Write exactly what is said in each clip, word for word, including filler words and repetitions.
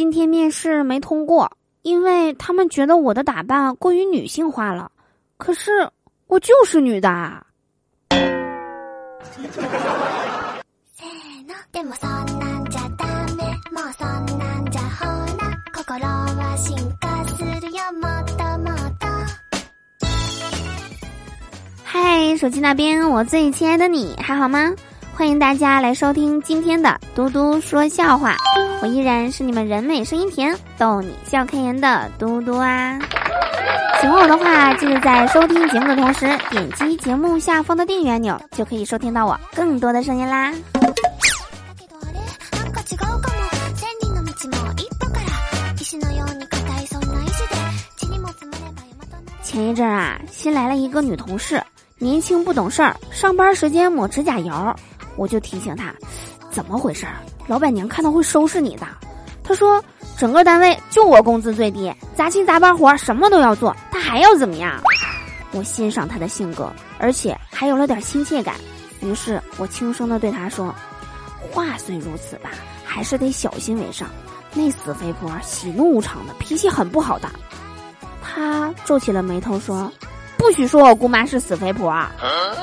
今天面试没通过，因为他们觉得我的打扮过于女性化了。可是我就是女的啊。嗨，手机那边我最亲爱的你还好吗？欢迎大家来收听今天的嘟嘟说笑话，我依然是你们人美声音甜逗你笑开颜的嘟嘟啊。喜欢我的话，记得在收听节目的同时点击节目下方的订阅按钮，就可以收听到我更多的声音啦。前一阵啊，新来了一个女同事，年轻不懂事儿，上班时间抹指甲油，我就提醒她，怎么回事儿？老板娘看到会收拾你的。她说，整个单位就我工资最低，杂七杂八活什么都要做，她还要怎么样？我欣赏她的性格，而且还有了点亲切感，于是我轻声地对她说，话虽如此吧，还是得小心为上。那死肥婆喜怒无常的，脾气很不好的。她皱起了眉头说，不许说我姑妈是死肥婆啊。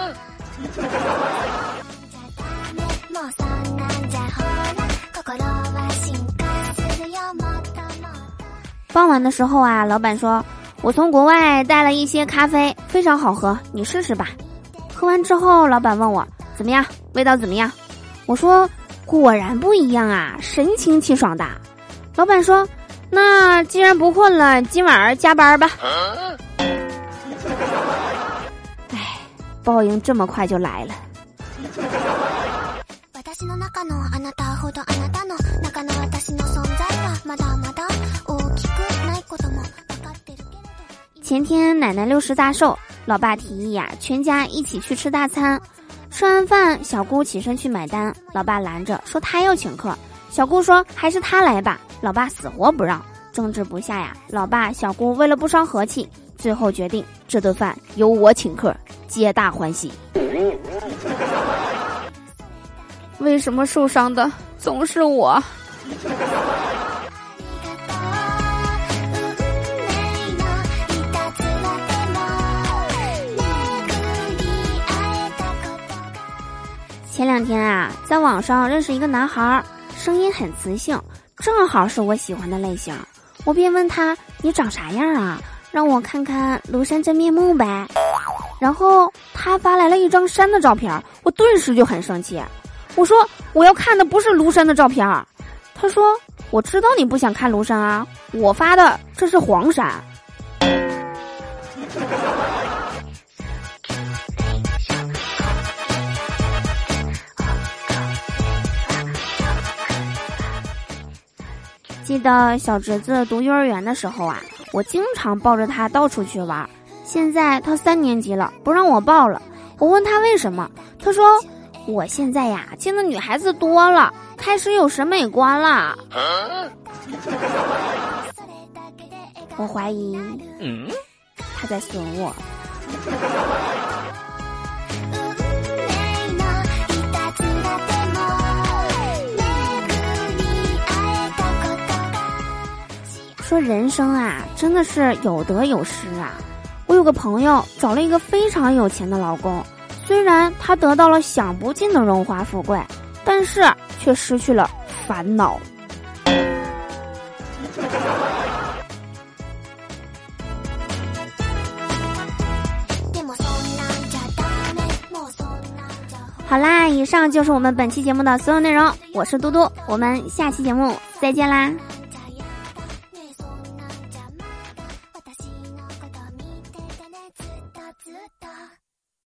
傍晚的时候啊，老板说，我从国外带了一些咖啡，非常好喝，你试试吧。喝完之后，老板问我怎么样，味道怎么样？我说果然不一样啊，神清气爽的。老板说，那既然不困了，今晚上加班吧。唉，报应这么快就来了。前天奶奶六十大寿，老爸提议呀、啊，全家一起去吃大餐。吃完饭，小姑起身去买单，老爸拦着说他要请客。小姑说还是他来吧，老爸死活不让。争执不下呀，老爸小姑为了不伤和气，最后决定这顿饭由我请客，皆大欢喜。为什么受伤的总是我？前两天啊，在网上认识一个男孩，声音很磁性，正好是我喜欢的类型。我便问他，你长啥样啊？让我看看庐山真面目呗。然后他发来了一张山的照片，我顿时就很生气。我说我要看的不是庐山的照片。他说我知道你不想看庐山啊，我发的这是黄山。记得小侄子读幼儿园的时候啊，我经常抱着他到处去玩。现在他三年级了，不让我抱了。我问他为什么，他说我现在呀见的女孩子多了，开始有审美观了。啊、我怀疑他在损我。说人生啊，真的是有得有失啊。我有个朋友找了一个非常有钱的老公，虽然他得到了享不尽的荣华富贵，但是却失去了烦恼。好啦，以上就是我们本期节目的所有内容，我是嘟嘟，我们下期节目再见啦。